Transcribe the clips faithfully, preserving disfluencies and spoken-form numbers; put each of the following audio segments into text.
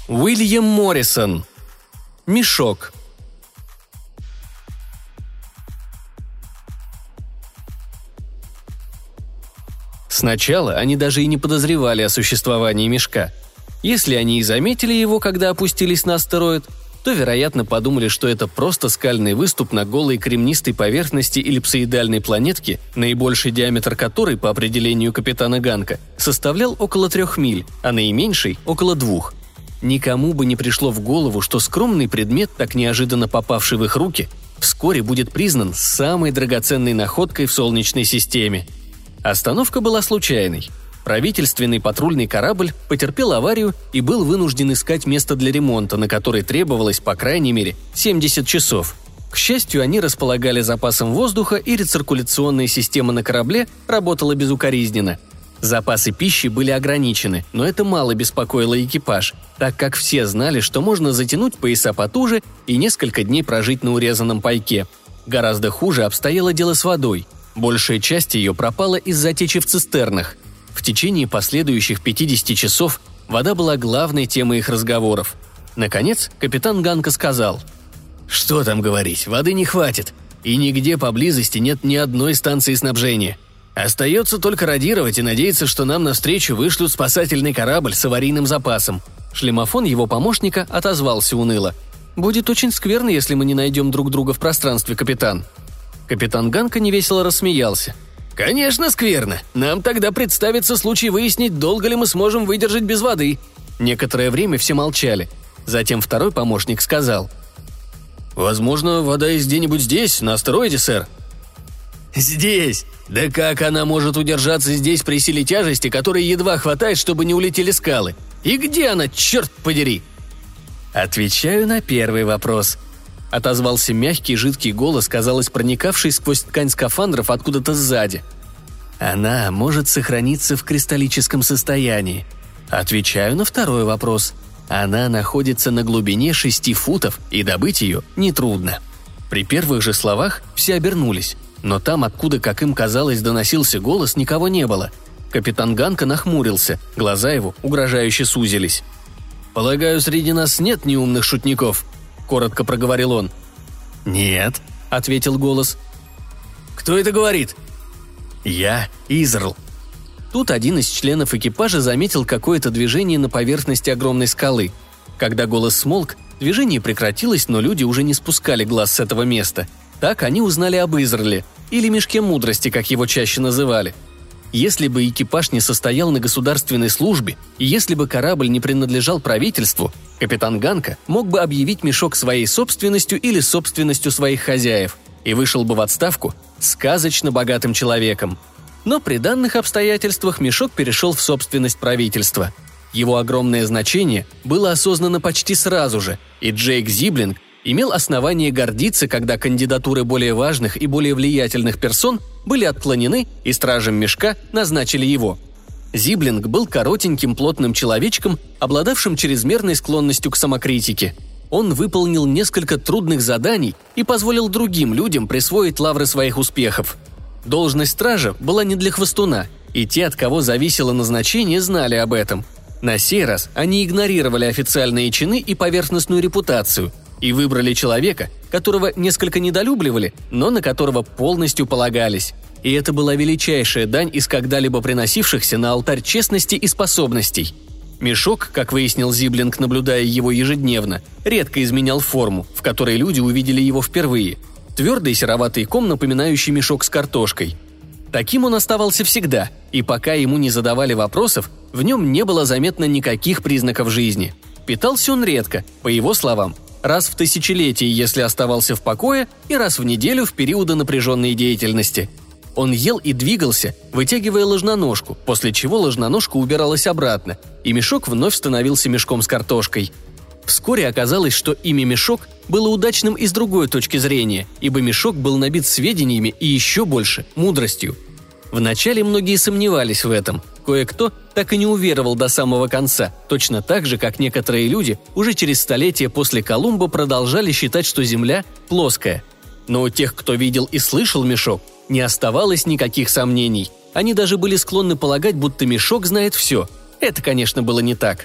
Уильям Моррисон. Мешок. Сначала они даже и не подозревали о существовании мешка. Если они и заметили его, когда опустились на астероид, то, вероятно, подумали, что это просто скальный выступ на голой кремнистой поверхности эллипсоидальной планетки, наибольший диаметр которой, по определению капитана Ганка, составлял около трех миль, а наименьший – около двух. Никому бы не пришло в голову, что скромный предмет, так неожиданно попавший в их руки, вскоре будет признан самой драгоценной находкой в Солнечной системе. Остановка была случайной. Правительственный патрульный корабль потерпел аварию и был вынужден искать место для ремонта, на который требовалось, по крайней мере, семьдесят часов. К счастью, они располагали запасом воздуха, и рециркуляционная система на корабле работала безукоризненно. Запасы пищи были ограничены, но это мало беспокоило экипаж, так как все знали, что можно затянуть пояса потуже и несколько дней прожить на урезанном пайке. Гораздо хуже обстояло дело с водой. Большая часть ее пропала из-за течи в цистернах. В течение последующих пятидесяти часов вода была главной темой их разговоров. Наконец, капитан Ганка сказал: «Что там говорить, воды не хватит, и нигде поблизости нет ни одной станции снабжения. Остается только радировать и надеяться, что нам навстречу вышлют спасательный корабль с аварийным запасом». Шлемофон его помощника отозвался уныло: «Будет очень скверно, если мы не найдем друг друга в пространстве, капитан». Капитан Ганка невесело рассмеялся. «Конечно, скверно. Нам тогда представится случай выяснить, долго ли мы сможем выдержать без воды». Некоторое время все молчали. Затем второй помощник сказал: «Возможно, вода есть где-нибудь здесь, на астероиде, сэр». «Здесь? Да как она может удержаться здесь при силе тяжести, которой едва хватает, чтобы не улетели скалы? И где она, черт подери?» «Отвечаю на первый вопрос», — отозвался мягкий жидкий голос, казалось, проникавший сквозь ткань скафандров откуда-то сзади. «Она может сохраниться в кристаллическом состоянии. Отвечаю на второй вопрос. Она находится на глубине шести футов, и добыть ее нетрудно». При первых же словах все обернулись, но там, откуда, как им казалось, доносился голос, никого не было. Капитан Ганка нахмурился, глаза его угрожающе сузились. «Полагаю, среди нас нет неумных шутников?» – коротко проговорил он. «Нет», – ответил голос. «Кто это говорит?» «Я Изерл». Тут один из членов экипажа заметил какое-то движение на поверхности огромной скалы. Когда голос смолк, движение прекратилось, но люди уже не спускали глаз с этого места. Так они узнали об Изерле, или мешке мудрости, как его чаще называли. Если бы экипаж не состоял на государственной службе, и если бы корабль не принадлежал правительству, капитан Ганка мог бы объявить мешок своей собственностью или собственностью своих хозяев и вышел бы в отставку сказочно богатым человеком. Но при данных обстоятельствах мешок перешел в собственность правительства. Его огромное значение было осознано почти сразу же, и Джейк Зиблинг имел основание гордиться, когда кандидатуры более важных и более влиятельных персон были отклонены, и стражем мешка назначили его. Зиблинг был коротеньким плотным человечком, обладавшим чрезмерной склонностью к самокритике. Он выполнил несколько трудных заданий и позволил другим людям присвоить лавры своих успехов. Должность стража была не для хвостуна, и те, от кого зависело назначение, знали об этом. На сей раз они игнорировали официальные чины и поверхностную репутацию и выбрали человека, которого несколько недолюбливали, но на которого полностью полагались. И это была величайшая дань из когда-либо приносившихся на алтарь честности и способностей. Мешок, как выяснил Зиблинг, наблюдая его ежедневно, редко изменял форму, в которой люди увидели его впервые. Твердый сероватый ком, напоминающий мешок с картошкой. Таким он оставался всегда, и пока ему не задавали вопросов, в нем не было заметно никаких признаков жизни. Питался он редко, по его словам, раз в тысячелетие, если оставался в покое, и раз в неделю в периоды напряженной деятельности. Он ел и двигался, вытягивая ложноножку, после чего ложноножка убиралась обратно, и мешок вновь становился мешком с картошкой. Вскоре оказалось, что имя «Мешок» было удачным и с другой точки зрения, ибо мешок был набит сведениями и еще больше – мудростью. Вначале многие сомневались в этом, кое-кто так и не уверовал до самого конца, точно так же, как некоторые люди уже через столетия после Колумба продолжали считать, что Земля плоская. Но у тех, кто видел и слышал мешок, не оставалось никаких сомнений. Они даже были склонны полагать, будто мешок знает все. Это, конечно, было не так.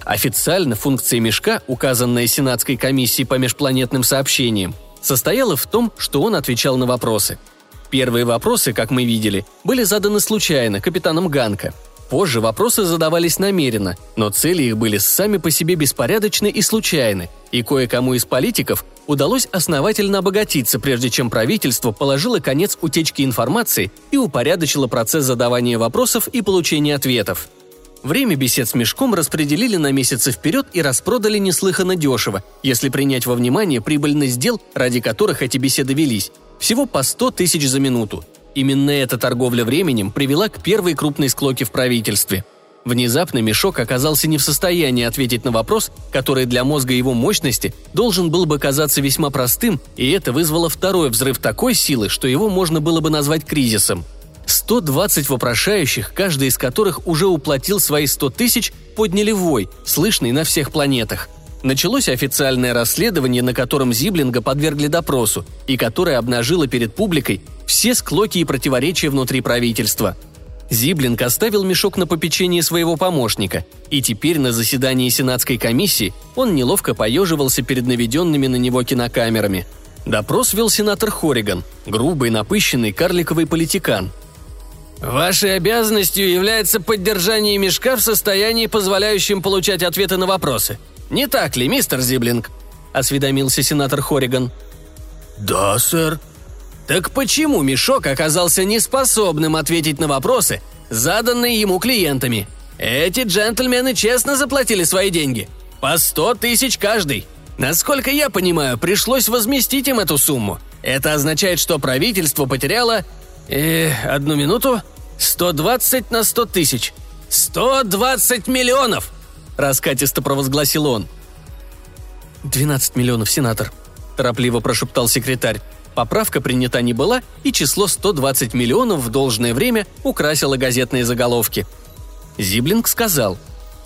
Официально функция мешка, указанная Сенатской комиссией по межпланетным сообщениям, состояла в том, что он отвечал на вопросы. Первые вопросы, как мы видели, были заданы случайно капитаном Ганка. Позже вопросы задавались намеренно, но цели их были сами по себе беспорядочны и случайны, и кое-кому из политиков удалось основательно обогатиться, прежде чем правительство положило конец утечке информации и упорядочило процесс задавания вопросов и получения ответов. Время бесед с мешком распределили на месяцы вперед и распродали неслыханно дешево, если принять во внимание прибыльность дел, ради которых эти беседы велись, всего по сто тысяч за минуту. Именно эта торговля временем привела к первой крупной склоке в правительстве. Внезапно мешок оказался не в состоянии ответить на вопрос, который для мозга его мощности должен был бы казаться весьма простым, и это вызвало второй взрыв такой силы, что его можно было бы назвать кризисом. сто двадцать вопрошающих, каждый из которых уже уплатил свои сто тысяч, подняли вой, слышный на всех планетах. Началось официальное расследование, на котором Зиблинга подвергли допросу, и которое обнажило перед публикой все склоки и противоречия внутри правительства. Зиблинг оставил мешок на попечение своего помощника, и теперь на заседании Сенатской комиссии он неловко поеживался перед наведенными на него кинокамерами. Допрос вел сенатор Хорриган, грубый, напыщенный, карликовый политикан. «Вашей обязанностью является поддержание мешка в состоянии, позволяющем получать ответы на вопросы. Не так ли, мистер Зиблинг?» – осведомился сенатор Хорриган. «Да, сэр». «Так почему мешок оказался неспособным ответить на вопросы, заданные ему клиентами? Эти джентльмены честно заплатили свои деньги. По сто тысяч каждый. Насколько я понимаю, пришлось возместить им эту сумму. Это означает, что правительство потеряло... Э, одну минуту. сто двадцать на сто тысяч. сто двадцать миллионов!» – раскатисто провозгласил он. «двенадцать миллионов, сенатор», – торопливо прошептал секретарь. Поправка принята не была, и число сто двадцать миллионов в должное время украсило газетные заголовки. Зиблинг сказал: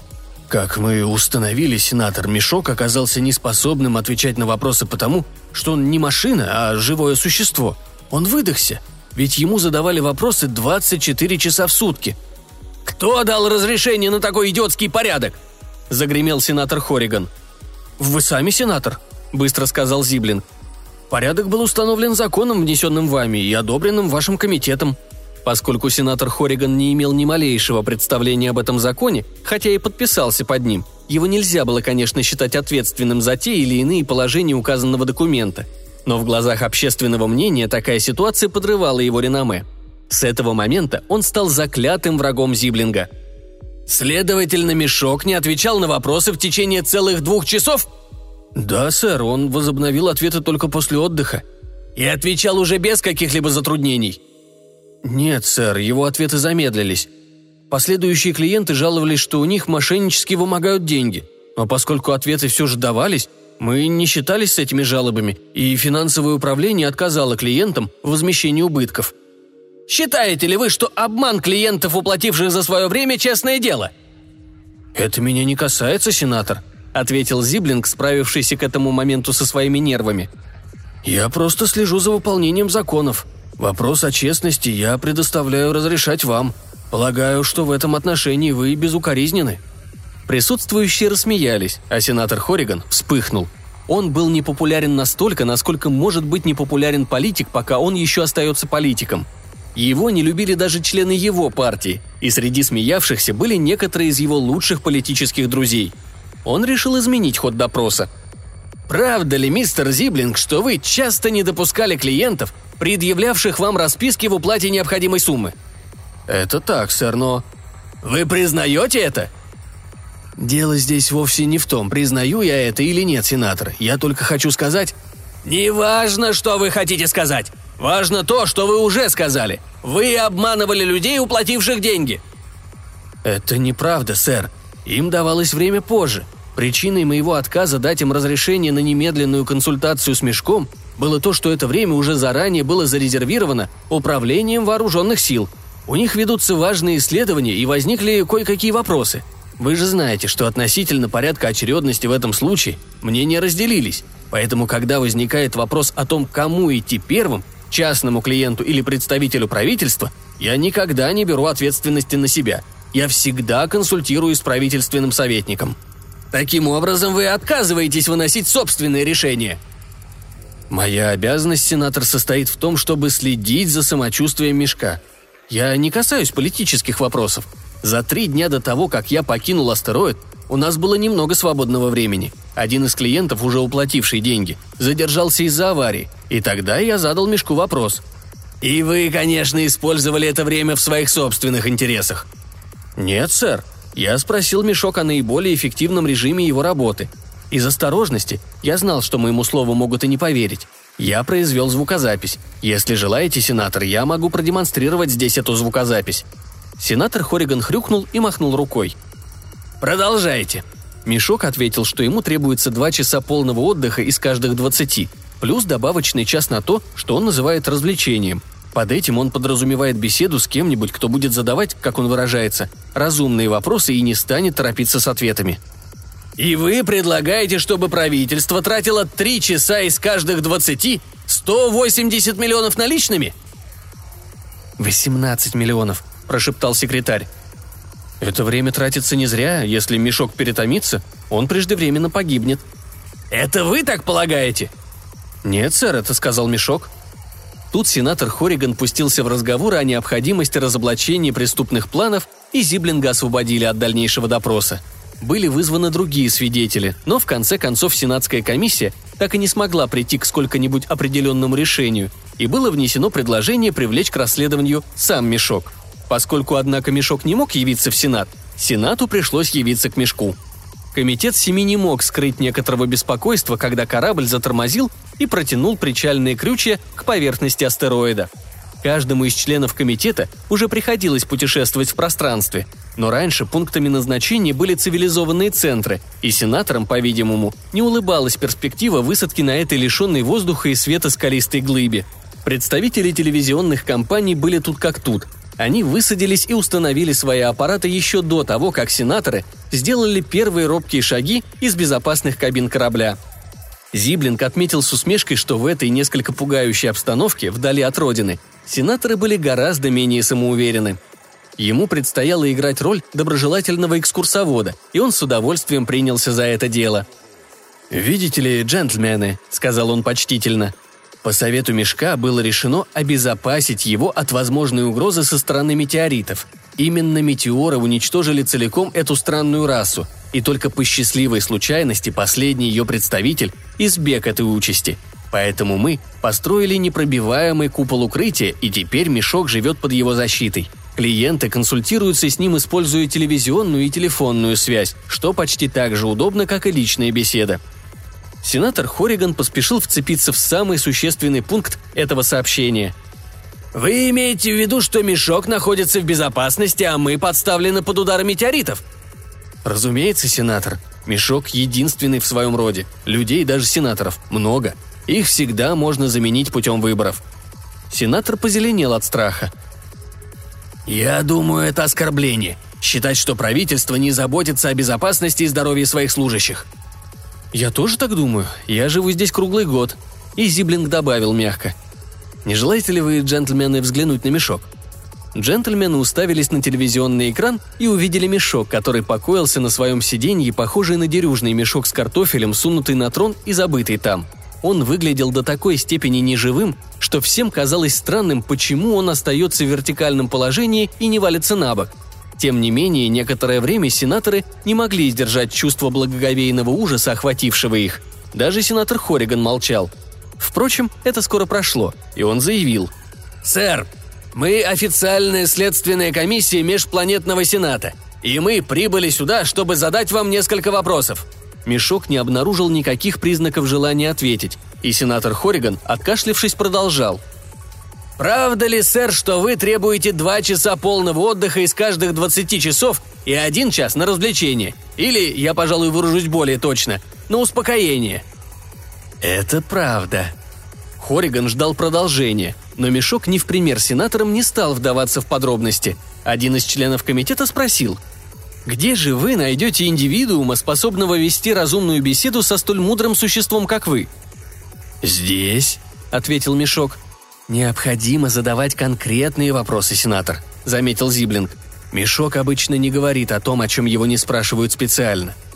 «Как мы установили, сенатор, мешок оказался неспособным отвечать на вопросы потому, что он не машина, а живое существо. Он выдохся, ведь ему задавали вопросы двадцать четыре часа в сутки». «Кто дал разрешение на такой идиотский порядок?» – загремел сенатор Хорриган. «Вы сами, сенатор», – быстро сказал Зиблинг. «Порядок был установлен законом, внесенным вами и одобренным вашим комитетом». Поскольку сенатор Хорриган не имел ни малейшего представления об этом законе, хотя и подписался под ним, его нельзя было, конечно, считать ответственным за те или иные положения указанного документа. Но в глазах общественного мнения такая ситуация подрывала его реноме. С этого момента он стал заклятым врагом Зиблинга. «Следовательно, мешок не отвечал на вопросы в течение целых двух часов?» «Да, сэр, он возобновил ответы только после отдыха». «И отвечал уже без каких-либо затруднений?» «Нет, сэр, его ответы замедлились. Последующие клиенты жаловались, что у них мошеннически вымогают деньги. Но поскольку ответы все же давались, мы не считались с этими жалобами, и финансовое управление отказало клиентам в возмещении убытков». «Считаете ли вы, что обман клиентов, уплативших за свое время, честное дело?» «Это меня не касается, сенатор», — ответил Зиблинг, справившийся к этому моменту со своими нервами. «Я просто слежу за выполнением законов. Вопрос о честности я предоставляю разрешать вам. Полагаю, что в этом отношении вы безукоризненны». Присутствующие рассмеялись, а сенатор Хорриган вспыхнул. Он был непопулярен настолько, насколько может быть непопулярен политик, пока он еще остается политиком. Его не любили даже члены его партии, и среди смеявшихся были некоторые из его лучших политических друзей. Он решил изменить ход допроса. «Правда ли, мистер Зиблинг, что вы часто не допускали клиентов, предъявлявших вам расписки в уплате необходимой суммы?» «Это так, сэр, но...» «Вы признаете это?» «Дело здесь вовсе не в том, признаю я это или нет, сенатор. Я только хочу сказать...» «Не важно, что вы хотите сказать. Важно то, что вы уже сказали. Вы обманывали людей, уплативших деньги». «Это неправда, сэр. Им давалось время позже. Причиной моего отказа дать им разрешение на немедленную консультацию с мешком было то, что это время уже заранее было зарезервировано управлением вооруженных сил. У них ведутся важные исследования, и возникли кое-какие вопросы. Вы же знаете, что относительно порядка очередности в этом случае мнения разделились. Поэтому, когда возникает вопрос о том, кому идти первым, частному клиенту или представителю правительства, я никогда не беру ответственности на себя. Я всегда консультируюсь с правительственным советником». Таким образом, вы отказываетесь выносить собственные решения». «Моя обязанность, сенатор, состоит в том, чтобы следить за самочувствием мешка. Я не касаюсь политических вопросов. За три дня до того, как я покинул астероид, у нас было немного свободного времени. Один из клиентов, уже уплативший деньги, задержался из-за аварии, и тогда я задал мешку вопрос». «И вы, конечно, использовали это время в своих собственных интересах». «Нет, сэр. Я спросил мешок о наиболее эффективном режиме его работы. Из осторожности я знал, что моему слову могут и не поверить. Я произвел звукозапись. Если желаете, сенатор, я могу продемонстрировать здесь эту звукозапись». Сенатор Хорриган хрюкнул и махнул рукой. «Продолжайте». Мешок ответил, что ему требуется два часа полного отдыха из каждых двадцати, плюс добавочный час на то, что он называет развлечением. Под этим он подразумевает беседу с кем-нибудь, кто будет задавать, как он выражается, разумные вопросы и не станет торопиться с ответами. «И вы предлагаете, чтобы правительство тратило три часа из каждых двадцати сто восемьдесят миллионов наличными?» «Восемнадцать миллионов», – прошептал секретарь. «Это время тратится не зря. Если мешок перетомится, он преждевременно погибнет». «Это вы так полагаете?» «Нет, сэр, это сказал мешок». Тут сенатор Хорриган пустился в разговоры о необходимости разоблачения преступных планов, и Зиблинга освободили от дальнейшего допроса. Были вызваны другие свидетели, но в конце концов сенатская комиссия так и не смогла прийти к сколько-нибудь определенному решению, и было внесено предложение привлечь к расследованию сам мешок. Поскольку, однако, мешок не мог явиться в Сенат, Сенату пришлось явиться к мешку. Комитет семи не мог скрыть некоторого беспокойства, когда корабль затормозил и протянул причальные крючья к поверхности астероида. Каждому из членов комитета уже приходилось путешествовать в пространстве, но раньше пунктами назначения были цивилизованные центры, и сенаторам, по-видимому, не улыбалась перспектива высадки на этой лишенной воздуха и света скалистой глыбе. Представители телевизионных компаний были тут как тут. Они высадились и установили свои аппараты еще до того, как сенаторы сделали первые робкие шаги из безопасных кабин корабля. Зиблинг отметил с усмешкой, что в этой несколько пугающей обстановке, вдали от родины, сенаторы были гораздо менее самоуверены. Ему предстояло играть роль доброжелательного экскурсовода, и он с удовольствием принялся за это дело. «Видите ли, джентльмены», — сказал он почтительно, — «по совету мешка было решено обезопасить его от возможной угрозы со стороны метеоритов. Именно метеоры уничтожили целиком эту странную расу, и только по счастливой случайности последний ее представитель избег этой участи. Поэтому мы построили непробиваемый купол укрытия, и теперь мешок живет под его защитой. Клиенты консультируются с ним, используя телевизионную и телефонную связь, что почти так же удобно, как и личная беседа». Сенатор Хорриган поспешил вцепиться в самый существенный пункт этого сообщения. «Вы имеете в виду, что мешок находится в безопасности, а мы подставлены под удары метеоритов?» «Разумеется, сенатор. Мешок единственный в своем роде. Людей, даже сенаторов, много. Их всегда можно заменить путем выборов». Сенатор позеленел от страха. «Я думаю, это оскорбление. Считать, что правительство не заботится о безопасности и здоровье своих служащих». «Я тоже так думаю. Я живу здесь круглый год». И Зиблинг добавил мягко. «Не желаете ли вы, джентльмены, взглянуть на мешок?» Джентльмены уставились на телевизионный экран и увидели мешок, который покоился на своем сиденье, похожий на дерюжный мешок с картофелем, сунутый на трон и забытый там. Он выглядел до такой степени неживым, что всем казалось странным, почему он остается в вертикальном положении и не валится на бок. Тем не менее, некоторое время сенаторы не могли сдержать чувство благоговейного ужаса, охватившего их. Даже сенатор Хорриган молчал. Впрочем, это скоро прошло, и он заявил. «Сэр, мы официальная следственная комиссия Межпланетного Сената, и мы прибыли сюда, чтобы задать вам несколько вопросов». Мешок не обнаружил никаких признаков желания ответить, и сенатор Хорриган, откашлявшись, продолжал. «Правда ли, сэр, что вы требуете два часа полного отдыха из каждых двадцати часов и один час на развлечение? Или, я, пожалуй, выражусь более точно, на успокоение?» «Это правда». Хорриган ждал продолжения, но мешок не в пример сенаторам не стал вдаваться в подробности. Один из членов комитета спросил. «Где же вы найдете индивидуума, способного вести разумную беседу со столь мудрым существом, как вы?» «Здесь», — ответил мешок. «Необходимо задавать конкретные вопросы, сенатор», — заметил Зиблинг. «Мешок обычно не говорит о том, о чем его не спрашивают специально».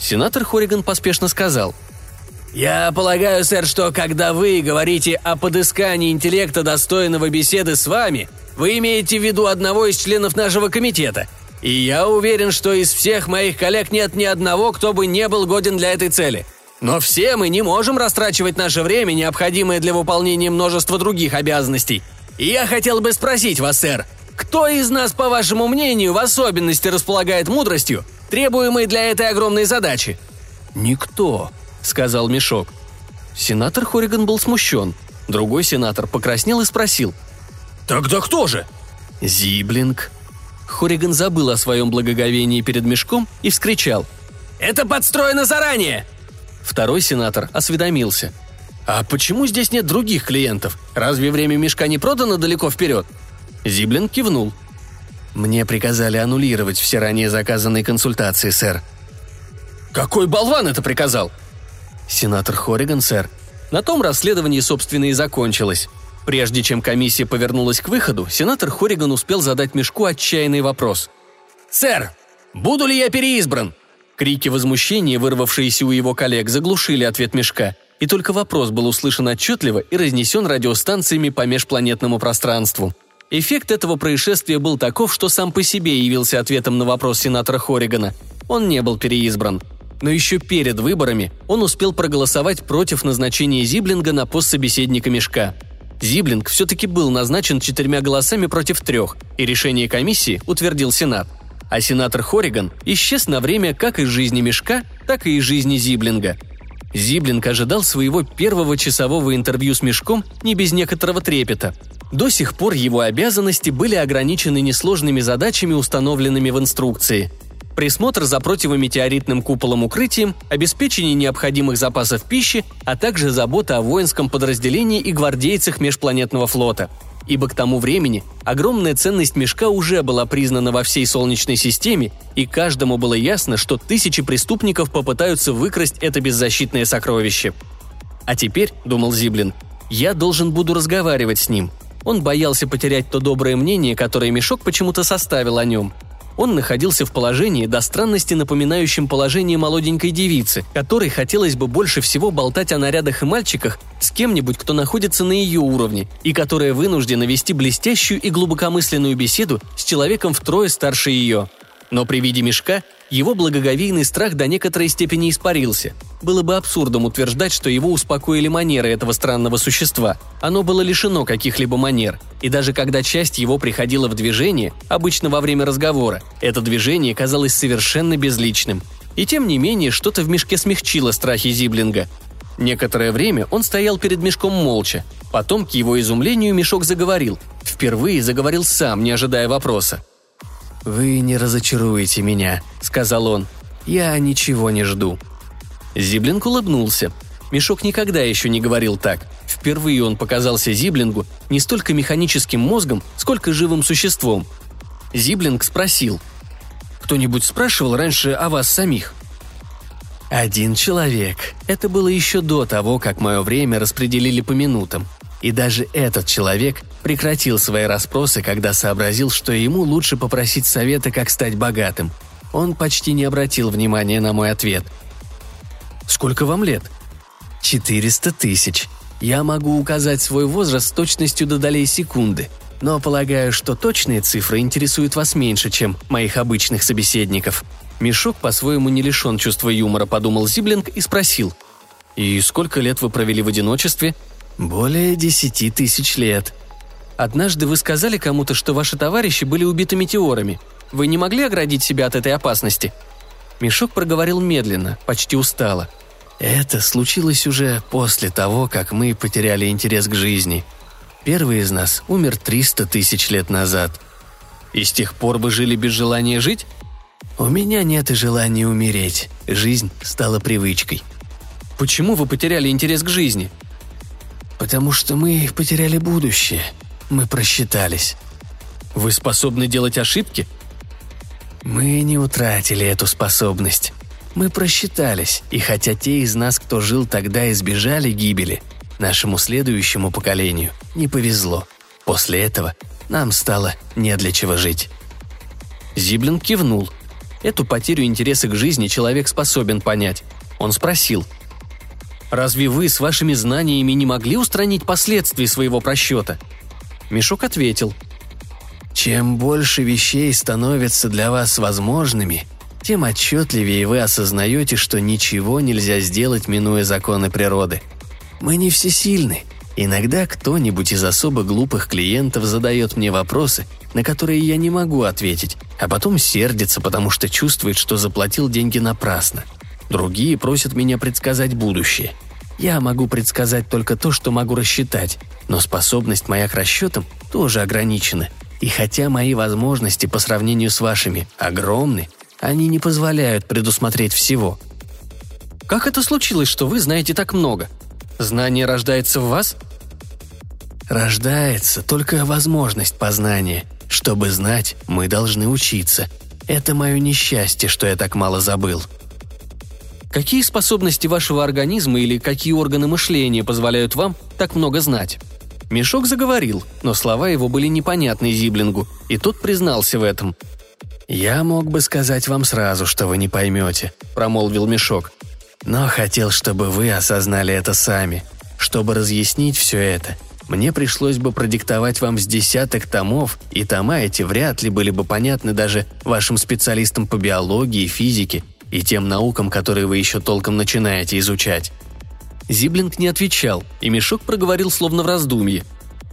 Сенатор Хорриган поспешно сказал: «Я полагаю, сэр, что когда вы говорите о подыскании интеллекта, достойного беседы с вами, вы имеете в виду одного из членов нашего комитета. И я уверен, что из всех моих коллег нет ни одного, кто бы не был годен для этой цели. Но все мы не можем растрачивать наше время, необходимое для выполнения множества других обязанностей. И я хотел бы спросить вас, сэр, кто из нас, по вашему мнению, в особенности располагает мудростью, требуемой для этой огромной задачи?» «Никто», — сказал Мешок. Сенатор Хорриган был смущен. Другой сенатор покраснел и спросил: «Тогда кто же?» «Зиблинг». Хорриган забыл о своем благоговении перед Мешком и вскричал: «Это подстроено заранее!» Второй сенатор осведомился: «А почему здесь нет других клиентов? Разве время Мешка не продано далеко вперед?» Зиблинг кивнул. «Мне приказали аннулировать все ранее заказанные консультации, сэр». «Какой болван это приказал?» «Сенатор Хорриган, сэр». На том расследование, собственно, и закончилось. Прежде чем комиссия повернулась к выходу, сенатор Хорриган успел задать Мешку отчаянный вопрос. «Сэр, буду ли я переизбран?» Крики возмущения, вырвавшиеся у его коллег, заглушили ответ Мешка, и только вопрос был услышан отчетливо и разнесен радиостанциями по межпланетному пространству. Эффект этого происшествия был таков, что сам по себе явился ответом на вопрос сенатора Хорригана. Он не был переизбран. Но еще перед выборами он успел проголосовать против назначения Зиблинга на пост собеседника Мешка. Зиблинг все-таки был назначен четырьмя голосами против трех, и решение комиссии утвердил Сенат. А сенатор Хорриган исчез на время как из жизни Мешка, так и из жизни Зиблинга. Зиблинг ожидал своего первого часового интервью с Мешком не без некоторого трепета. До сих пор его обязанности были ограничены несложными задачами, установленными в инструкции. Присмотр за противометеоритным куполом-укрытием, обеспечение необходимых запасов пищи, а также забота о воинском подразделении и гвардейцах межпланетного флота. Ибо к тому времени огромная ценность Мешка уже была признана во всей Солнечной системе, и каждому было ясно, что тысячи преступников попытаются выкрасть это беззащитное сокровище. «А теперь, — думал Зиблинг, — я должен буду разговаривать с ним». Он боялся потерять то доброе мнение, которое Мешок почему-то составил о нем. Он находился в положении, до странности напоминающем положение молоденькой девицы, которой хотелось бы больше всего болтать о нарядах и мальчиках с кем-нибудь, кто находится на ее уровне, и которая вынуждена вести блестящую и глубокомысленную беседу с человеком втрое старше ее. Но при виде Мешка его благоговейный страх до некоторой степени испарился. Было бы абсурдом утверждать, что его успокоили манеры этого странного существа. Оно было лишено каких-либо манер, и даже когда часть его приходила в движение, обычно во время разговора, это движение казалось совершенно безличным. И тем не менее, что-то в Мешке смягчило страхи Зиблинга. Некоторое время он стоял перед Мешком молча. Потом, к его изумлению, Мешок заговорил. Впервые заговорил сам, не ожидая вопроса. «Вы не разочаруете меня», — сказал он. «Я ничего не жду». Зиблинг улыбнулся. Мешок никогда еще не говорил так. Впервые он показался Зиблингу не столько механическим мозгом, сколько живым существом. Зиблинг спросил: «Кто-нибудь спрашивал раньше о вас самих?» «Один человек. Это было еще до того, как мое время распределили по минутам. И даже этот человек прекратил свои расспросы, когда сообразил, что ему лучше попросить совета, как стать богатым. Он почти не обратил внимания на мой ответ. «Сколько вам лет?» «Четыреста тысяч. Я могу указать свой возраст с точностью до долей секунды, но полагаю, что точные цифры интересуют вас меньше, чем моих обычных собеседников». Мешок по-своему не лишен чувства юмора, подумал Зиблинг и спросил: «И сколько лет вы провели в одиночестве?» «Более десяти тысяч лет». «Однажды вы сказали кому-то, что ваши товарищи были убиты метеорами. Вы не могли оградить себя от этой опасности?» Мешок проговорил медленно, почти устало. «Это случилось уже после того, как мы потеряли интерес к жизни. Первый из нас умер триста тысяч лет назад». «И с тех пор вы жили без желания жить?» «У меня нет и желания умереть. Жизнь стала привычкой». «Почему вы потеряли интерес к жизни?» «Потому что мы потеряли будущее. Мы просчитались». «Вы способны делать ошибки?» «Мы не утратили эту способность. Мы просчитались, и хотя те из нас, кто жил тогда, избежали гибели, нашему следующему поколению не повезло. После этого нам стало не для чего жить». Зиблинг кивнул. Эту потерю интереса к жизни человек способен понять. Он спросил: «Разве вы с вашими знаниями не могли устранить последствия своего просчета?» Мешок ответил: «Чем больше вещей становятся для вас возможными, тем отчетливее вы осознаете, что ничего нельзя сделать, минуя законы природы. Мы не всесильны. Иногда кто-нибудь из особо глупых клиентов задает мне вопросы, на которые я не могу ответить, а потом сердится, потому что чувствует, что заплатил деньги напрасно. Другие просят меня предсказать будущее. Я могу предсказать только то, что могу рассчитать, но способность моя к расчетам тоже ограничена. И хотя мои возможности по сравнению с вашими огромны, они не позволяют предусмотреть всего». «Как это случилось, что вы знаете так много? Знание рождается в вас?» «Рождается только возможность познания. Чтобы знать, мы должны учиться. Это мое несчастье, что я так мало забыл». «Какие способности вашего организма или какие органы мышления позволяют вам так много знать?» Мешок заговорил, но слова его были непонятны Зиблингу, и тот признался в этом. «Я мог бы сказать вам сразу, что вы не поймете», – промолвил Мешок. «Но хотел, чтобы вы осознали это сами. Чтобы разъяснить все это, мне пришлось бы продиктовать вам с десяток томов, и тома эти вряд ли были бы понятны даже вашим специалистам по биологии, физике и тем наукам, которые вы еще толком начинаете изучать». Зиблинг не отвечал, и Мешок проговорил словно в раздумье.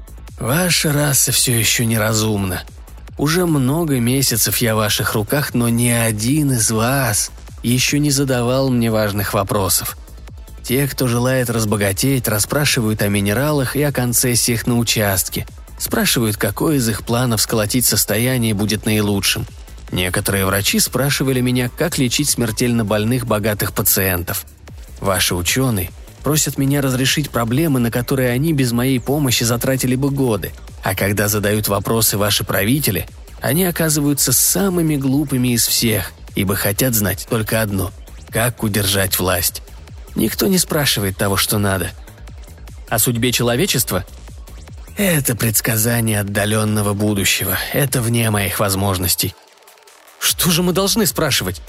«Ваша раса все еще неразумна. Уже много месяцев я в ваших руках, но ни один из вас еще не задавал мне важных вопросов. Те, кто желает разбогатеть, расспрашивают о минералах и о концессиях на участке, спрашивают, какой из их планов сколотить состояние будет наилучшим. Некоторые врачи спрашивали меня, как лечить смертельно больных богатых пациентов. Ваши ученые просят меня разрешить проблемы, на которые они без моей помощи затратили бы годы. А когда задают вопросы ваши правители, они оказываются самыми глупыми из всех, ибо хотят знать только одно – как удержать власть. Никто не спрашивает того, что надо». «О судьбе человечества?» «Это предсказание отдаленного будущего. Это вне моих возможностей». «Что же мы должны спрашивать?»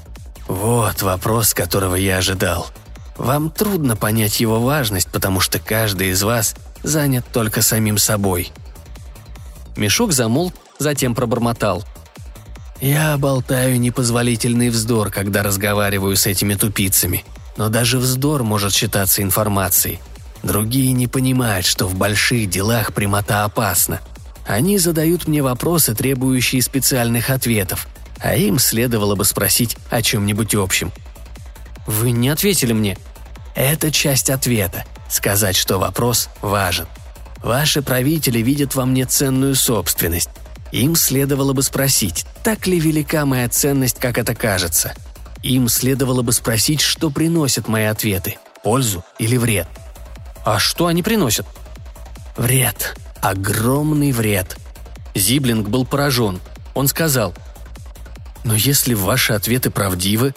«Вот вопрос, которого я ожидал. Вам трудно понять его важность, потому что каждый из вас занят только самим собой». Мешок замолк, затем пробормотал: «Я болтаю непозволительный вздор, когда разговариваю с этими тупицами, но даже вздор может считаться информацией. Другие не понимают, что в больших делах прямота опасна. Они задают мне вопросы, требующие специальных ответов, а им следовало бы спросить о чем-нибудь общем». «Вы не ответили мне». «Это часть ответа – сказать, что вопрос важен. Ваши правители видят во мне ценную собственность. Им следовало бы спросить, так ли велика моя ценность, как это кажется. Им следовало бы спросить, что приносят мои ответы – пользу или вред». «А что они приносят?» «Вред. Огромный вред». Зиблинг был поражен. Он сказал: «Но если ваши ответы правдивы...»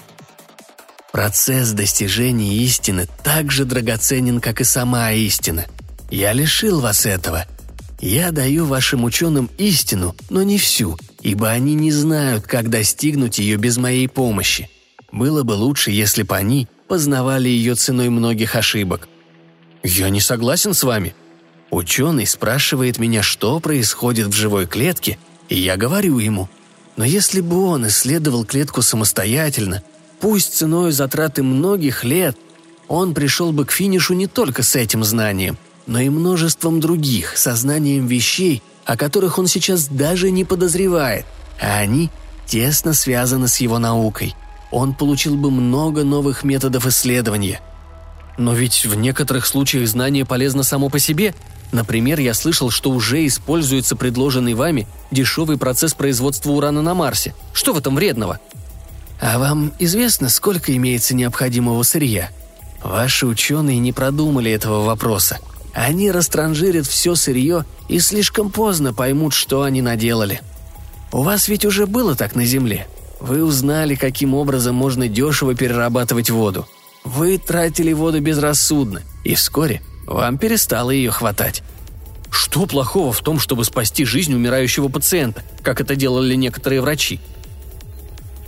«Процесс достижения истины так же драгоценен, как и сама истина. Я лишил вас этого. Я даю вашим ученым истину, но не всю, ибо они не знают, как достигнуть ее без моей помощи. Было бы лучше, если бы они познавали ее ценой многих ошибок». «Я не согласен с вами». «Ученый спрашивает меня, что происходит в живой клетке, и я говорю ему. Но если бы он исследовал клетку самостоятельно, пусть ценой затраты многих лет, он пришел бы к финишу не только с этим знанием, но и множеством других, сознанием вещей, о которых он сейчас даже не подозревает, а они тесно связаны с его наукой. Он получил бы много новых методов исследования». «Но ведь в некоторых случаях знание полезно само по себе. Например, я слышал, что уже используется предложенный вами дешевый процесс производства урана на Марсе. Что в этом вредного?» «А вам известно, сколько имеется необходимого сырья? Ваши ученые не продумали этого вопроса. Они растранжирят все сырье и слишком поздно поймут, что они наделали. У вас ведь уже было так на Земле. Вы узнали, каким образом можно дешево перерабатывать воду. Вы тратили воду безрассудно, и вскоре вам перестало ее хватать». «Что плохого в том, чтобы спасти жизнь умирающего пациента, как это делали некоторые врачи?»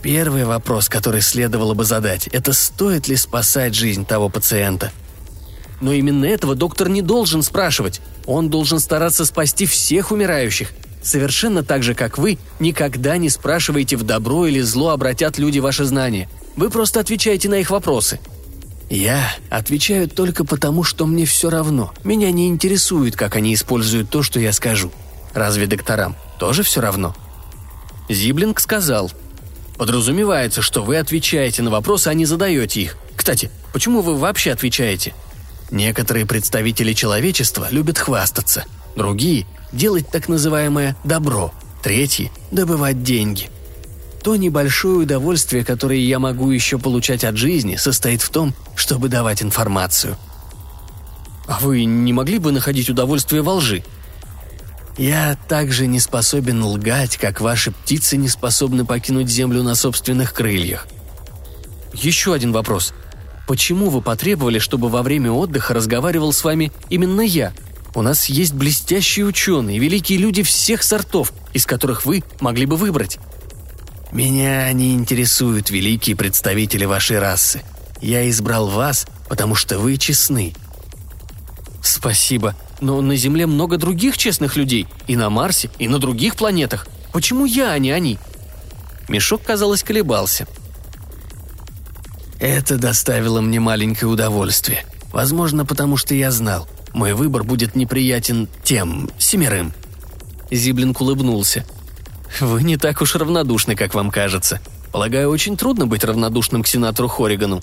Первый вопрос, который следовало бы задать, это стоит ли спасать жизнь того пациента. Но именно этого доктор не должен спрашивать. Он должен стараться спасти всех умирающих. Совершенно так же, как вы, никогда не спрашиваете, в добро или зло обратят люди ваши знания. Вы просто отвечаете на их вопросы. Я отвечаю только потому, что мне все равно. Меня не интересует, как они используют то, что я скажу. Разве докторам тоже все равно? Зиблинг сказал: «Подразумевается, что вы отвечаете на вопросы, а не задаете их. Кстати, почему вы вообще отвечаете?» Некоторые представители человечества любят хвастаться, другие – делать так называемое «добро», третьи – добывать деньги. То небольшое удовольствие, которое я могу еще получать от жизни, состоит в том, чтобы давать информацию. А вы не могли бы находить удовольствие во лжи? Я также не способен лгать, как ваши птицы не способны покинуть землю на собственных крыльях. Еще один вопрос. Почему вы потребовали, чтобы во время отдыха разговаривал с вами именно я? У нас есть блестящие ученые, великие люди всех сортов, из которых вы могли бы выбрать. Меня не интересуют великие представители вашей расы. Я избрал вас, потому что вы честны. Спасибо, но на Земле много других честных людей, и на Марсе, и на других планетах. Почему я, а не они? Мешок, казалось, колебался. Это доставило мне маленькое удовольствие. Возможно, потому что я знал, мой выбор будет неприятен тем семерым. Зиблинг улыбнулся. Вы не так уж равнодушны, как вам кажется. Полагаю, очень трудно быть равнодушным к сенатору Хорригану.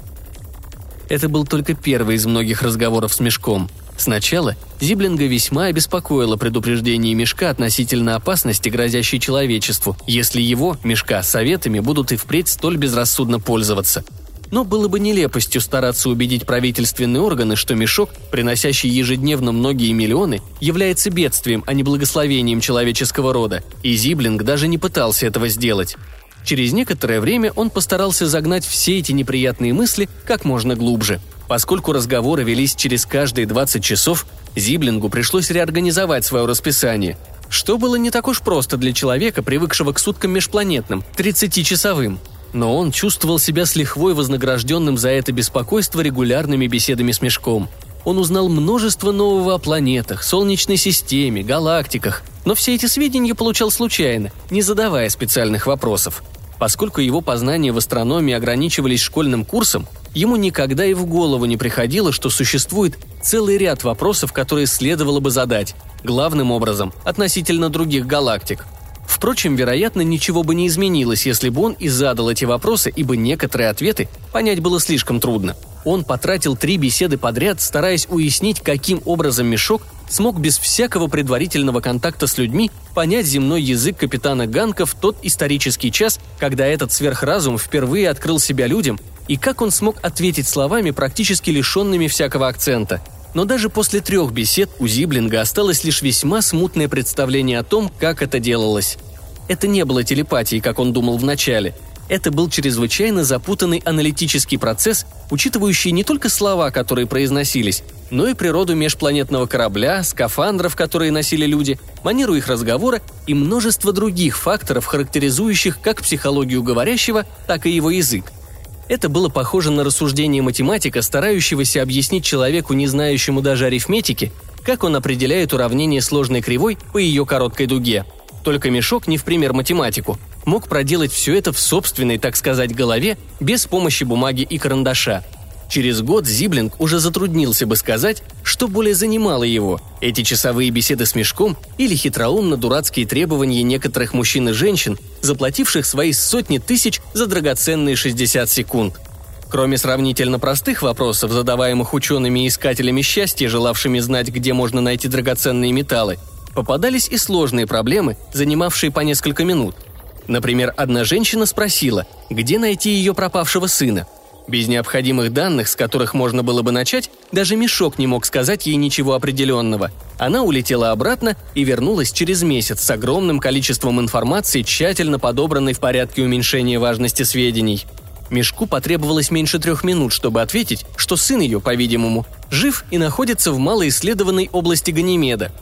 Это был только первый из многих разговоров с Мешком. Сначала Зиблинга весьма обеспокоило предупреждение Мешка относительно опасности, грозящей человечеству, если его, Мешка, советами будут и впредь столь безрассудно пользоваться. Но было бы нелепостью стараться убедить правительственные органы, что Мешок, приносящий ежедневно многие миллионы, является бедствием, а не благословением человеческого рода, и Зиблинг даже не пытался этого сделать. Через некоторое время он постарался загнать все эти неприятные мысли как можно глубже. Поскольку разговоры велись через каждые двадцать часов, Зиблингу пришлось реорганизовать свое расписание, что было не так уж просто для человека, привыкшего к суткам межпланетным, тридцатичасовым. Но он чувствовал себя с лихвой вознагражденным за это беспокойство регулярными беседами с Мешком. Он узнал множество нового о планетах, Солнечной системе, галактиках, но все эти сведения получал случайно, не задавая специальных вопросов. Поскольку его познания в астрономии ограничивались школьным курсом, ему никогда и в голову не приходило, что существует целый ряд вопросов, которые следовало бы задать, главным образом относительно других галактик. Впрочем, вероятно, ничего бы не изменилось, если бы он и задал эти вопросы, ибо некоторые ответы понять было слишком трудно. Он потратил три беседы подряд, стараясь уяснить, каким образом Мешок смог без всякого предварительного контакта с людьми понять земной язык капитана Ганка в тот исторический час, когда этот сверхразум впервые открыл себя людям, и как он смог ответить словами, практически лишенными всякого акцента. Но даже после трех бесед у Зиблинга осталось лишь весьма смутное представление о том, как это делалось. Это не было телепатией, как он думал вначале. Это был чрезвычайно запутанный аналитический процесс, учитывающий не только слова, которые произносились, но и природу межпланетного корабля, скафандров, которые носили люди, манеру их разговора и множество других факторов, характеризующих как психологию говорящего, так и его язык. Это было похоже на рассуждение математика, старающегося объяснить человеку, не знающему даже арифметики, как он определяет уравнение сложной кривой по ее короткой дуге. Только Мешок, не в пример математику, мог проделать все это в собственной, так сказать, голове, без помощи бумаги и карандаша. Через год Зиблинг уже затруднился бы сказать, что более занимало его – эти часовые беседы с Мешком или хитроумно-дурацкие требования некоторых мужчин и женщин, заплативших свои сотни тысяч за драгоценные шестьдесят секунд. Кроме сравнительно простых вопросов, задаваемых учеными и искателями счастья, желавшими знать, где можно найти драгоценные металлы, попадались и сложные проблемы, занимавшие по несколько минут. Например, одна женщина спросила, где найти ее пропавшего сына. Без необходимых данных, с которых можно было бы начать, даже Мешок не мог сказать ей ничего определенного. Она улетела обратно и вернулась через месяц с огромным количеством информации, тщательно подобранной в порядке уменьшения важности сведений. Мешку потребовалось меньше трех минут, чтобы ответить, что сын ее, по-видимому, жив и находится в малоисследованной области Ганимеда.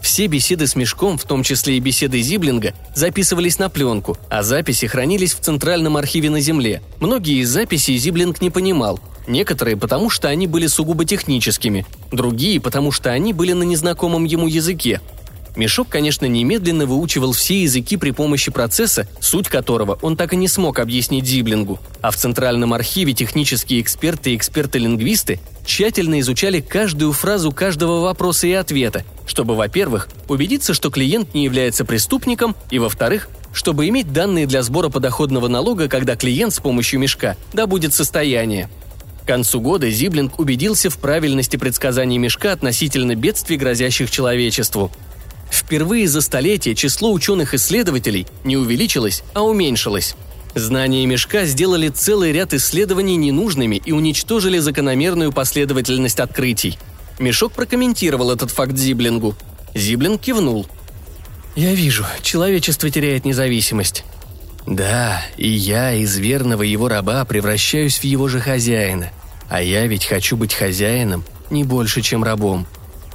Все беседы с Мешком, в том числе и беседы Зиблинга, записывались на пленку, а записи хранились в Центральном архиве на Земле. Многие из записей Зиблинг не понимал. Некоторые потому, что они были сугубо техническими, другие потому, что они были на незнакомом ему языке. Мешок, конечно, немедленно выучивал все языки при помощи процесса, суть которого он так и не смог объяснить Зиблингу. А в Центральном архиве технические эксперты и эксперты-лингвисты тщательно изучали каждую фразу каждого вопроса и ответа, чтобы, во-первых, убедиться, что клиент не является преступником, и, во-вторых, чтобы иметь данные для сбора подоходного налога, когда клиент с помощью Мешка добудет состояние. К концу года Зиблинг убедился в правильности предсказаний Мешка относительно бедствий, грозящих человечеству. Впервые за столетие число ученых-исследователей не увеличилось, а уменьшилось. Знания Мешка сделали целый ряд исследований ненужными и уничтожили закономерную последовательность открытий. Мешок прокомментировал этот факт Зиблингу. Зиблинг кивнул. «Я вижу, человечество теряет независимость». «Да, и я из верного его раба превращаюсь в его же хозяина. А я ведь хочу быть хозяином не больше, чем рабом».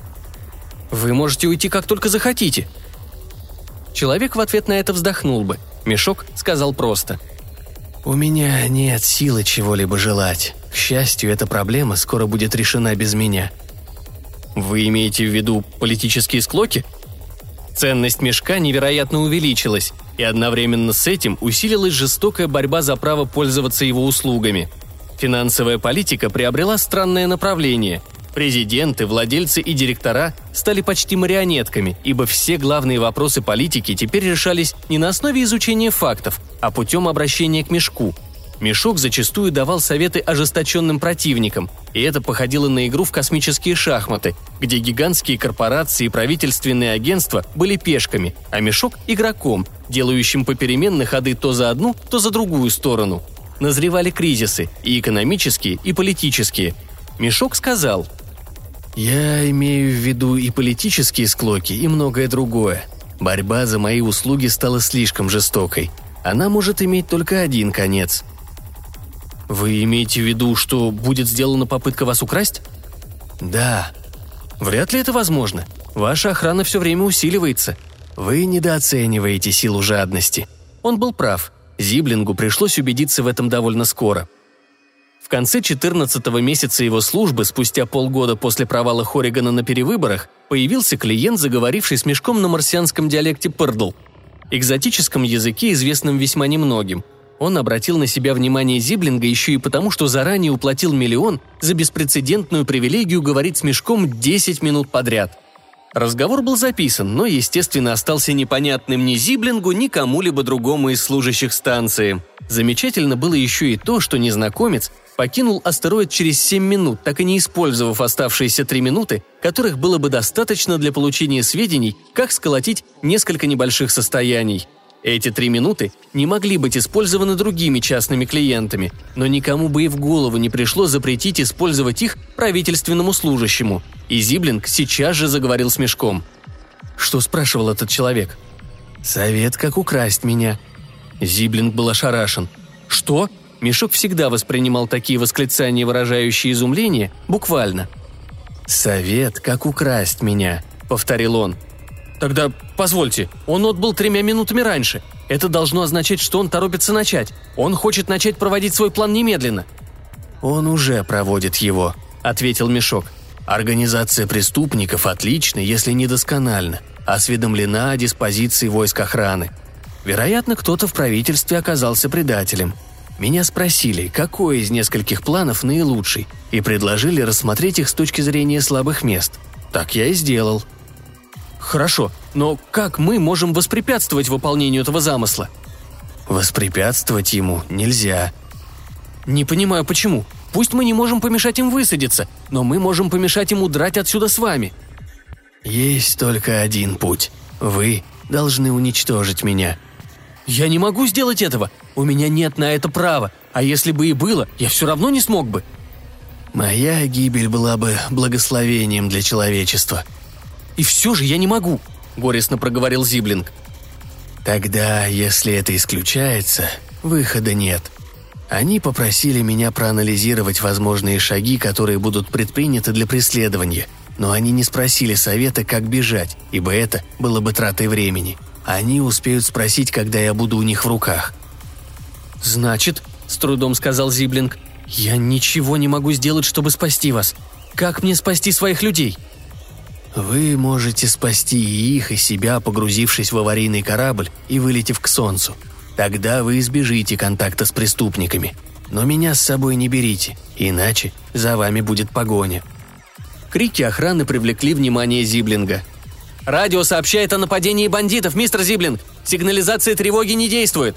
«Вы можете уйти, как только захотите». Человек в ответ на это вздохнул бы. Мешок сказал просто. «У меня нет силы чего-либо желать. К счастью, эта проблема скоро будет решена без меня». «Вы имеете в виду политические склоки?» Ценность Мешка невероятно увеличилась, и одновременно с этим усилилась жестокая борьба за право пользоваться его услугами. Финансовая политика приобрела странное направление. Президенты, владельцы и директора стали почти марионетками, ибо все главные вопросы политики теперь решались не на основе изучения фактов, а путем обращения к Мешку. Мешок зачастую давал советы ожесточенным противникам, и это походило на игру в космические шахматы, где гигантские корпорации и правительственные агентства были пешками, а Мешок – игроком, делающим попеременно ходы то за одну, то за другую сторону. Назревали кризисы – и экономические, и политические. Мешок сказал: «Я имею в виду и политические склоки, и многое другое. Борьба за мои услуги стала слишком жестокой. Она может иметь только один конец». «Вы имеете в виду, что будет сделана попытка вас украсть?» «Да». «Вряд ли это возможно. Ваша охрана все время усиливается. Вы недооцениваете силу жадности». Он был прав. Зиблингу пришлось убедиться в этом довольно скоро. В конце четырнадцатого месяца его службы, спустя полгода после провала Хорригана на перевыборах, появился клиент, заговоривший с Мешком на марсианском диалекте пырдл, экзотическом языке, известном весьма немногим. Он обратил на себя внимание Зиблинга еще и потому, что заранее уплатил миллион за беспрецедентную привилегию говорить с Мешком десять минут подряд. Разговор был записан, но, естественно, остался непонятным ни Зиблингу, ни кому-либо другому из служащих станции. Замечательно было еще и то, что незнакомец покинул астероид через семь минут, так и не использовав оставшиеся три минуты, которых было бы достаточно для получения сведений, как сколотить несколько небольших состояний. Эти три минуты не могли быть использованы другими частными клиентами, но никому бы и в голову не пришло запретить использовать их правительственному служащему. И Зиблинг сейчас же заговорил с Мешком. Что спрашивал этот человек? «Совет, как украсть меня». Зиблинг был ошарашен. «Что?» Мешок всегда воспринимал такие восклицания, выражающие изумление, буквально. «Совет, как украсть меня», — повторил он. «Тогда, позвольте, он отбыл тремя минутами раньше. Это должно означать, что он торопится начать. Он хочет начать проводить свой план немедленно». «Он уже проводит его», — ответил Мешок. «Организация преступников отлична, если недоскональна, осведомлена о диспозиции войск охраны. Вероятно, кто-то в правительстве оказался предателем. Меня спросили, какой из нескольких планов наилучший, и предложили рассмотреть их с точки зрения слабых мест. Так я и сделал». «Хорошо, но как мы можем воспрепятствовать выполнению этого замысла?» «Воспрепятствовать ему нельзя». «Не понимаю, почему. Пусть мы не можем помешать им высадиться, но мы можем помешать им удрать отсюда с вами». «Есть только один путь. Вы должны уничтожить меня». «Я не могу сделать этого. У меня нет на это права. А если бы и было, я все равно не смог бы». «Моя гибель была бы благословением для человечества». «И все же я не могу», — горестно проговорил Зиблинг. «Тогда, если это исключается, выхода нет. Они попросили меня проанализировать возможные шаги, которые будут предприняты для преследования. но они не спросили совета, как бежать, ибо это было бы тратой времени. Они успеют спросить, когда я буду у них в руках». «Значит, — с трудом сказал Зиблинг, — я ничего не могу сделать, чтобы спасти вас. Как мне спасти своих людей?» «Вы можете спасти и их, и себя, погрузившись в аварийный корабль и вылетев к Солнцу. Тогда вы избежите контакта с преступниками. Но меня с собой не берите, иначе за вами будет погоня». Крики охраны привлекли внимание Зиблинга. «Радио сообщает о нападении бандитов, мистер Зиблинг! Сигнализация тревоги не действует!»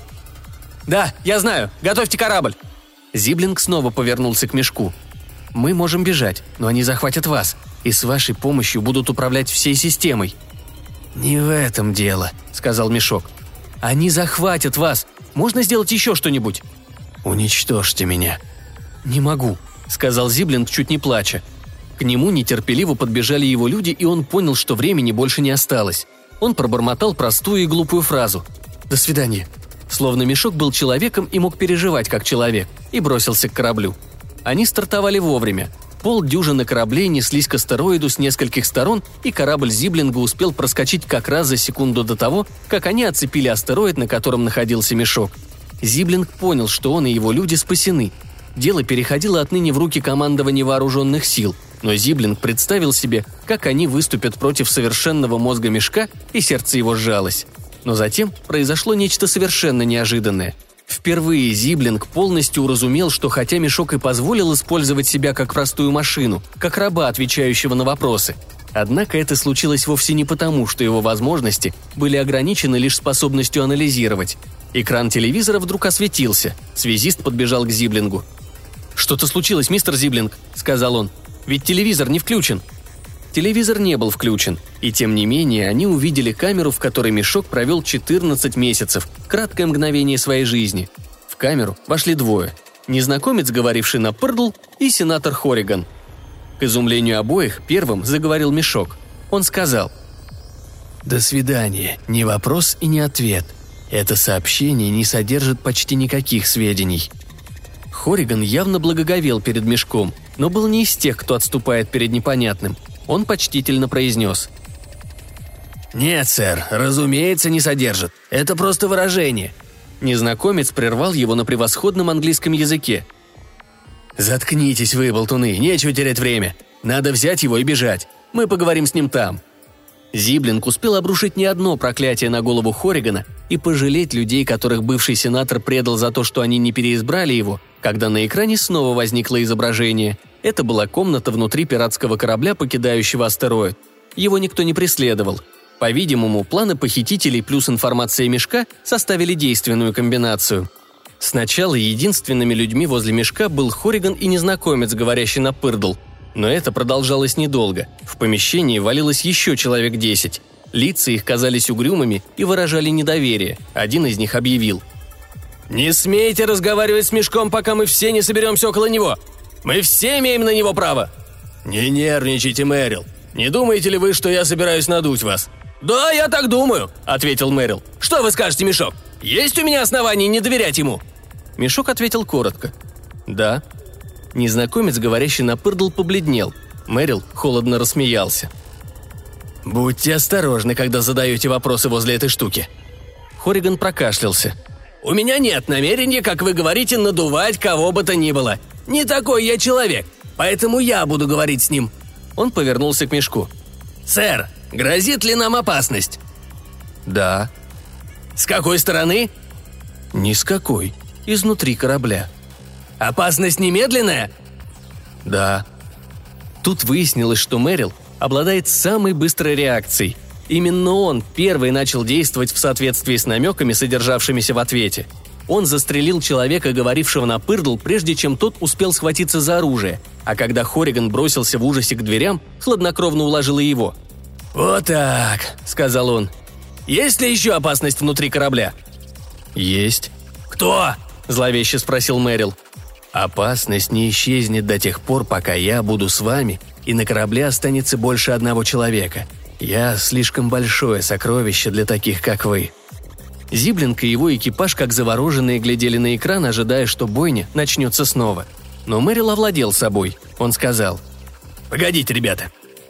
«Да, я знаю. Готовьте корабль!» Зиблинг снова повернулся к Мешку. «Мы можем бежать, но они захватят вас, и с вашей помощью будут управлять всей системой». «Не в этом дело», — сказал Мешок. «Они захватят вас. Можно сделать еще что-нибудь?» «Уничтожьте меня». «Не могу», — сказал Зиблинг, чуть не плача. К нему нетерпеливо подбежали его люди, и он понял, что времени больше не осталось. Он пробормотал простую и глупую фразу «До свидания», словно Мешок был человеком и мог переживать как человек, и бросился к кораблю. Они стартовали вовремя. Полдюжины кораблей неслись к астероиду с нескольких сторон, и корабль Зиблинга успел проскочить как раз за секунду до того, как они оцепили астероид, на котором находился Мешок. Зиблинг понял, что он и его люди спасены. Дело переходило отныне в руки командования вооруженных сил, но Зиблинг представил себе, как они выступят против совершенного мозга Мешка, и сердце его сжалось. Но затем произошло нечто совершенно неожиданное. Впервые Зиблинг полностью уразумел, что хотя Мешок и позволил использовать себя как простую машину, как раба, отвечающего на вопросы, однако это случилось вовсе не потому, что его возможности были ограничены лишь способностью анализировать. Экран телевизора вдруг осветился. Связист подбежал к Зиблингу. «Что-то случилось, мистер Зиблинг», — сказал он. «Ведь телевизор не включен». Телевизор не был включен, и тем не менее они увидели камеру, в которой Мешок провел четырнадцать месяцев, краткое мгновение своей жизни. В камеру вошли двое – незнакомец, говоривший на Пырдл, и сенатор Хорриган. К изумлению обоих первым заговорил Мешок. Он сказал: «До свидания, не вопрос и не ответ. Это сообщение не содержит почти никаких сведений». Хорриган явно благоговел перед Мешком, но был не из тех, кто отступает перед непонятным. Он почтительно произнес: «Нет, сэр, разумеется, не содержит. Это просто выражение». Незнакомец прервал его на превосходном английском языке. «Заткнитесь вы, болтуны, нечего терять время. Надо взять его и бежать. Мы поговорим с ним там». Зиблинг успел обрушить не одно проклятие на голову Хорригана и пожалеть людей, которых бывший сенатор предал за то, что они не переизбрали его, когда на экране снова возникло изображение. Это была комната внутри пиратского корабля, покидающего астероид. Его никто не преследовал. По-видимому, планы похитителей плюс информация Мешка составили действенную комбинацию. Сначала единственными людьми возле Мешка был Хорриган и незнакомец, говорящий на Пырдл. Но это продолжалось недолго. В помещении валилось еще человек десять. Лица их казались угрюмыми и выражали недоверие. Один из них объявил: «Не смейте разговаривать с Мешком, пока мы все не соберемся около него. Мы все имеем на него право». «Не нервничайте, Мэрил. Не думаете ли вы, что я собираюсь надуть вас?» «Да, я так думаю», — ответил Мэрил. «Что вы скажете, Мешок? Есть у меня основания не доверять ему?» Мешок ответил коротко: «Да». Незнакомец, говорящий на Пырдл, побледнел. Мэрил холодно рассмеялся. «Будьте осторожны, когда задаете вопросы возле этой штуки». Хорриган прокашлялся. «У меня нет намерения, как вы говорите, надувать кого бы то ни было. Не такой я человек, поэтому я буду говорить с ним». Он повернулся к Мешку. «Сэр, грозит ли нам опасность?» «Да». «С какой стороны?» «Ни с какой. Изнутри корабля». «Опасность немедленная?» «Да». Тут выяснилось, что Мэрил обладает самой быстрой реакцией. Именно он первый начал действовать в соответствии с намеками, содержавшимися в ответе. Он застрелил человека, говорившего на Пырдл, прежде чем тот успел схватиться за оружие, а когда Хорриган бросился в ужасе к дверям, хладнокровно уложил и его. «Вот так», — сказал он. «Есть ли еще опасность внутри корабля?» «Есть». «Кто?» – зловеще спросил Мэрил. «Опасность не исчезнет до тех пор, пока я буду с вами, и на корабле останется больше одного человека. Я слишком большое сокровище для таких, как вы». Зиблинг и его экипаж, как завороженные, глядели на экран, ожидая, что бойня начнется снова. Но Мэрил овладел собой. Он сказал: «Погодите, ребята.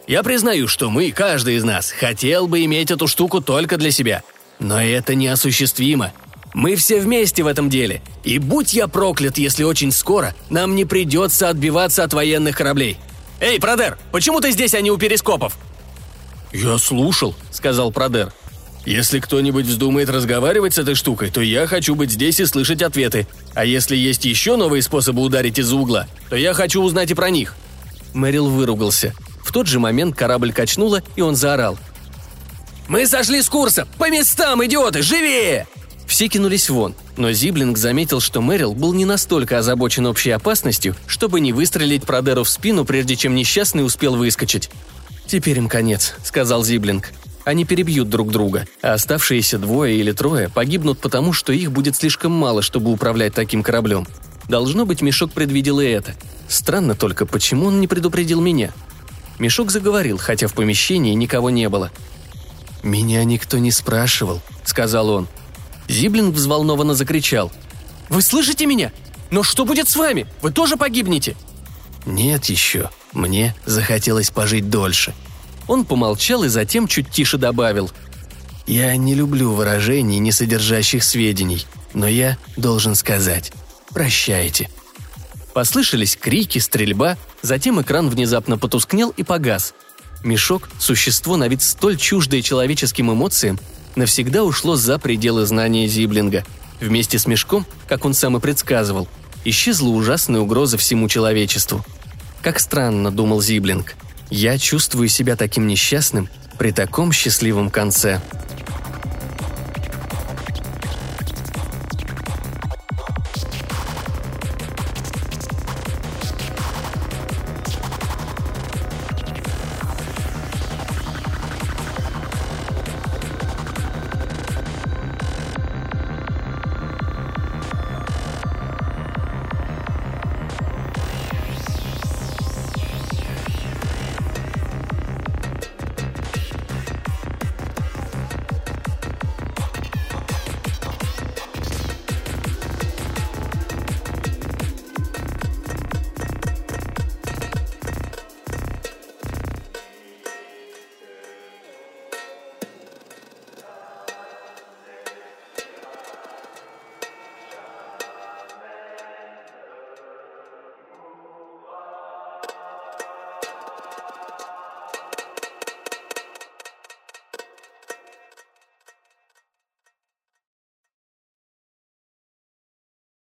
Я признаю, что мы, каждый из нас, хотел бы иметь эту штуку только для себя. Но это неосуществимо. Мы все вместе в этом деле. И будь я проклят, если очень скоро нам не придется отбиваться от военных кораблей. Эй, Продер, почему ты здесь, а не у перископов?» «Я слушал», — сказал Продер. «Если кто-нибудь вздумает разговаривать с этой штукой, то я хочу быть здесь и слышать ответы. А если есть еще новые способы ударить из-за угла, то я хочу узнать и про них». Мэрил выругался. В тот же момент корабль качнуло, и он заорал. «Мы сошли с курса! По местам, идиоты! Живее!» Все кинулись вон, но Зиблинг заметил, что Мэрил был не настолько озабочен общей опасностью, чтобы не выстрелить Продеру в спину, прежде чем несчастный успел выскочить. «Теперь им конец», — сказал Зиблинг. «Они перебьют друг друга, а оставшиеся двое или трое погибнут потому, что их будет слишком мало, чтобы управлять таким кораблем. Должно быть, Мешок предвидел и это. Странно только, почему он не предупредил меня?» Мешок заговорил, хотя в помещении никого не было. «Меня никто не спрашивал», — сказал он. Зиблинг взволнованно закричал. «Вы слышите меня? Но что будет с вами? Вы тоже погибнете?» «Нет еще. Мне захотелось пожить дольше». Он помолчал и затем чуть тише добавил. «Я не люблю выражений, не содержащих сведений, но я должен сказать. Прощайте». Послышались крики, стрельба, затем экран внезапно потускнел и погас. Мешок, существо на вид столь чуждое человеческим эмоциям, навсегда ушло за пределы знания Зиблинга. Вместе с Мешком, как он сам и предсказывал, исчезла ужасная угроза всему человечеству. Как странно, думал Зиблинг. Я чувствую себя таким несчастным при таком счастливом конце.